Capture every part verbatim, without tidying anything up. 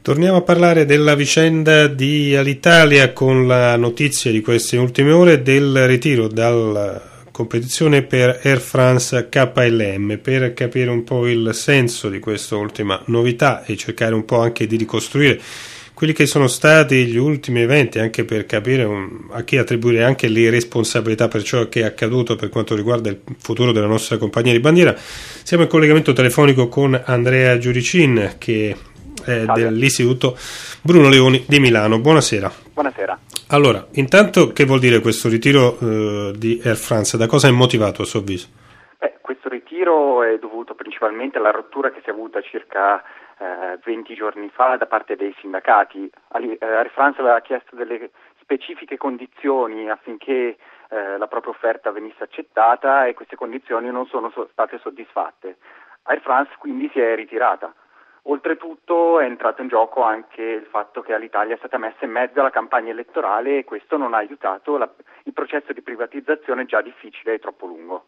Torniamo a parlare della vicenda di Alitalia con la notizia di queste ultime ore del ritiro dalla competizione per Air France K L M, per capire un po' il senso di questa ultima novità e cercare un po' anche di ricostruire quelli che sono stati gli ultimi eventi, anche per capire un, a chi attribuire anche le responsabilità per ciò che è accaduto per quanto riguarda il futuro della nostra compagnia di bandiera. Siamo in collegamento telefonico con Andrea Giuricin, che è dell'Istituto Bruno Leoni di Milano. Buonasera. Buonasera. Allora, intanto, che vuol dire questo ritiro eh, di Air France? Da cosa è motivato a suo avviso? Beh, questo ritiro è dovuto principalmente alla rottura che si è avuta circa eh, venti giorni fa da parte dei sindacati. Air France aveva chiesto delle specifiche condizioni affinché eh, la propria offerta venisse accettata e queste condizioni non sono so- state soddisfatte. Air France quindi si è ritirata. Oltretutto è entrato in gioco anche il fatto che Alitalia è stata messa in mezzo alla campagna elettorale e questo non ha aiutato la, il processo di privatizzazione già difficile e troppo lungo.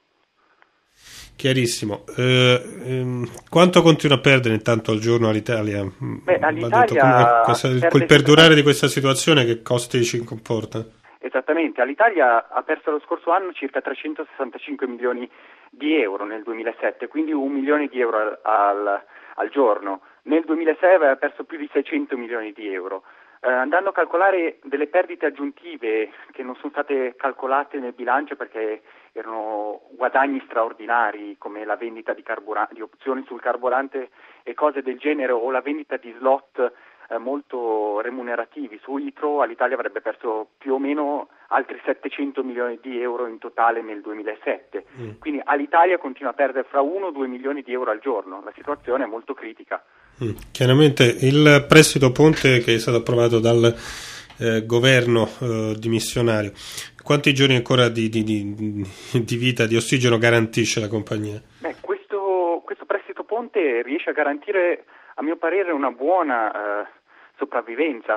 Chiarissimo. Eh, ehm, quanto continua a perdere intanto al giorno Alitalia? Beh, Alitalia questo, il perdurare di questa situazione che costi ci comporta? Esattamente, Alitalia ha perso lo scorso anno circa trecentosessantacinque milioni di euro nel duemilasette, quindi un milione di euro al, al, al giorno. Nel duemilasei aveva perso più di seicento milioni di euro. Eh, andando a calcolare delle perdite aggiuntive che non sono state calcolate nel bilancio perché erano guadagni straordinari come la vendita di, carbura- di opzioni sul carburante e cose del genere o la vendita di slot eh, molto remunerativi su Itro, Alitalia avrebbe perso più o meno altri settecento milioni di euro in totale nel duemilasette. Mm. Quindi Alitalia continua a perdere fra uno e due milioni di euro al giorno. La situazione è molto critica. Mm. Chiaramente il prestito ponte che è stato approvato dal eh, governo eh, dimissionario, quanti giorni ancora di, di, di, di vita, di ossigeno garantisce la compagnia? Beh, questo, questo prestito ponte riesce a garantire, a mio parere, una buona eh, sopravvivenza,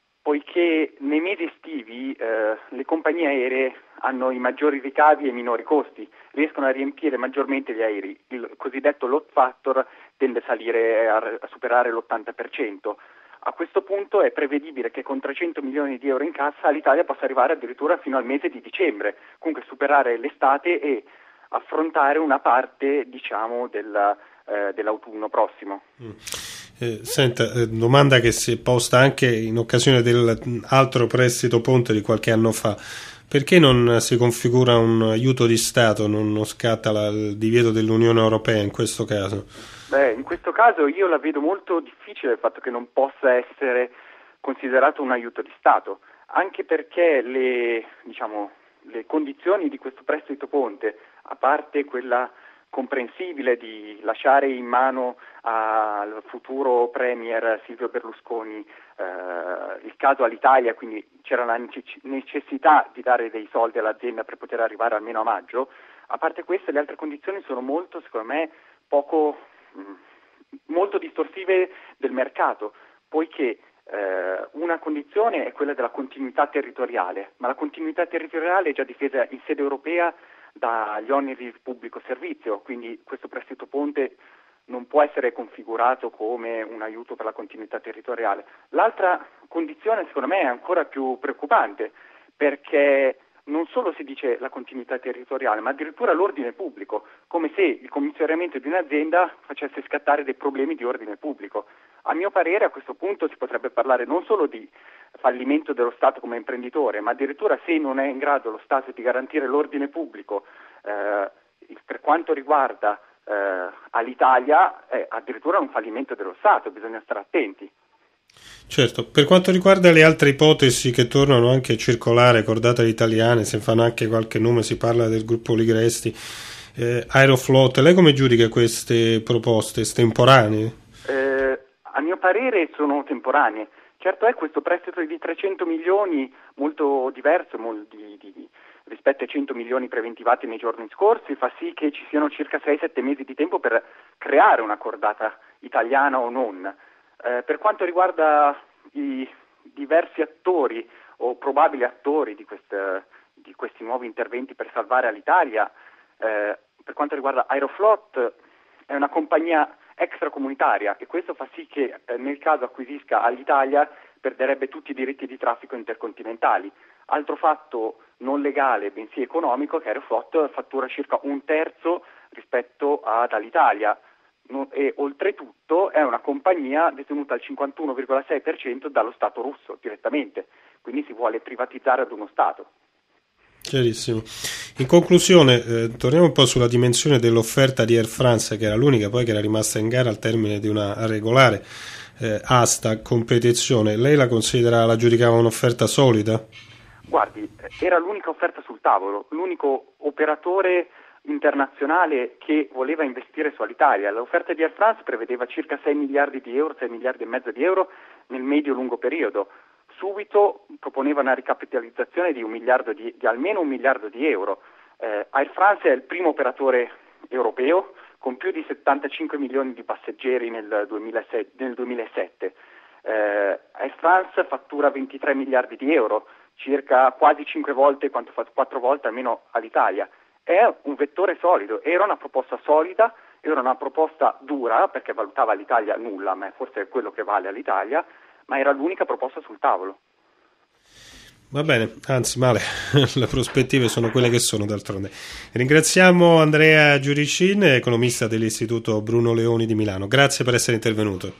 poiché nei mesi estivi eh, le compagnie aeree hanno i maggiori ricavi e i minori costi, riescono a riempire maggiormente gli aerei, il cosiddetto load factor tende a salire a, a superare l'ottanta per cento. A questo punto è prevedibile che con trecento milioni di euro in cassa l'Italia possa arrivare addirittura fino al mese di dicembre, comunque superare l'estate e affrontare una parte, diciamo, della, eh, dell'autunno prossimo. Mm. Eh, senta, eh, domanda che si è posta anche in occasione dell'altro prestito ponte di qualche anno fa: perché non si configura un aiuto di Stato, non, non scatta la, il divieto dell'Unione Europea in questo caso? Beh, in questo caso io la vedo molto difficile il fatto che non possa essere considerato un aiuto di Stato, anche perché le, diciamo, le condizioni di questo prestito ponte, a parte quella comprensibile di lasciare in mano al futuro premier Silvio Berlusconi eh, il caso Alitalia, quindi c'era la necessità di dare dei soldi all'azienda per poter arrivare almeno a maggio. A parte queste, le altre condizioni sono molto, secondo me, poco molto distorsive del mercato, poiché eh, una condizione è quella della continuità territoriale, ma la continuità territoriale è già difesa in sede europea dagli oneri di pubblico servizio, quindi questo prestito ponte non può essere configurato come un aiuto per la continuità territoriale. L'altra condizione secondo me è ancora più preoccupante, perché non solo si dice la continuità territoriale, ma addirittura l'ordine pubblico, come se il commissariamento di un'azienda facesse scattare dei problemi di ordine pubblico. A mio parere a questo punto si potrebbe parlare non solo di fallimento dello Stato come imprenditore, ma addirittura se non è in grado lo Stato di garantire l'ordine pubblico eh, per quanto riguarda eh, all'Italia, è addirittura un fallimento dello Stato, bisogna stare attenti. Certo, per quanto riguarda le altre ipotesi che tornano anche a circolare, cordate italiane, se fanno anche qualche nome, si parla del gruppo Ligresti, eh, Aeroflot, lei come giudica queste proposte estemporanee? Eh, a mio parere sono temporanee. Certo è questo prestito di trecento milioni molto diverso molto di, di, rispetto ai cento milioni preventivati nei giorni scorsi, fa sì che ci siano circa sei sette mesi di tempo per creare una cordata italiana o non. Eh, per quanto riguarda i diversi attori o probabili attori di, queste, di questi nuovi interventi per salvare Alitalia, eh, per quanto riguarda Aeroflot è una compagnia extracomunitaria, e questo fa sì che eh, nel caso acquisisca all'Italia perderebbe tutti i diritti di traffico intercontinentali. Altro fatto non legale bensì economico, che Aeroflot fattura circa un terzo rispetto ad Alitalia, no, e oltretutto è una compagnia detenuta al cinquantuno virgola sei per cento dallo Stato russo direttamente, quindi si vuole privatizzare ad uno Stato. Chiarissimo. In conclusione, eh, torniamo un po' sulla dimensione dell'offerta di Air France, che era l'unica poi che era rimasta in gara al termine di una regolare eh, asta competizione. Lei la considera, la giudicava un'offerta solida? Guardi, era l'unica offerta sul tavolo, l'unico operatore internazionale che voleva investire su Alitalia. L'offerta di Air France prevedeva circa sei miliardi di euro, sei miliardi e mezzo di euro nel medio-lungo periodo. Subito proponeva una ricapitalizzazione di un miliardo di, di almeno un miliardo di euro. Eh, Air France è il primo operatore europeo con più di settantacinque milioni di passeggeri nel, duemilasei, nel duemilasette. Eh, Air France fattura ventitré miliardi di euro, circa quasi cinque volte quanto fa quattro volte almeno all'Italia. È un vettore solido, era una proposta solida, era una proposta dura perché valutava l'Italia nulla, ma forse è quello che vale all'Italia, ma era l'unica proposta sul tavolo. Va bene, anzi male, le prospettive sono quelle che sono d'altronde. Ringraziamo Andrea Giuricin, economista dell'Istituto Bruno Leoni di Milano. Grazie per essere intervenuto.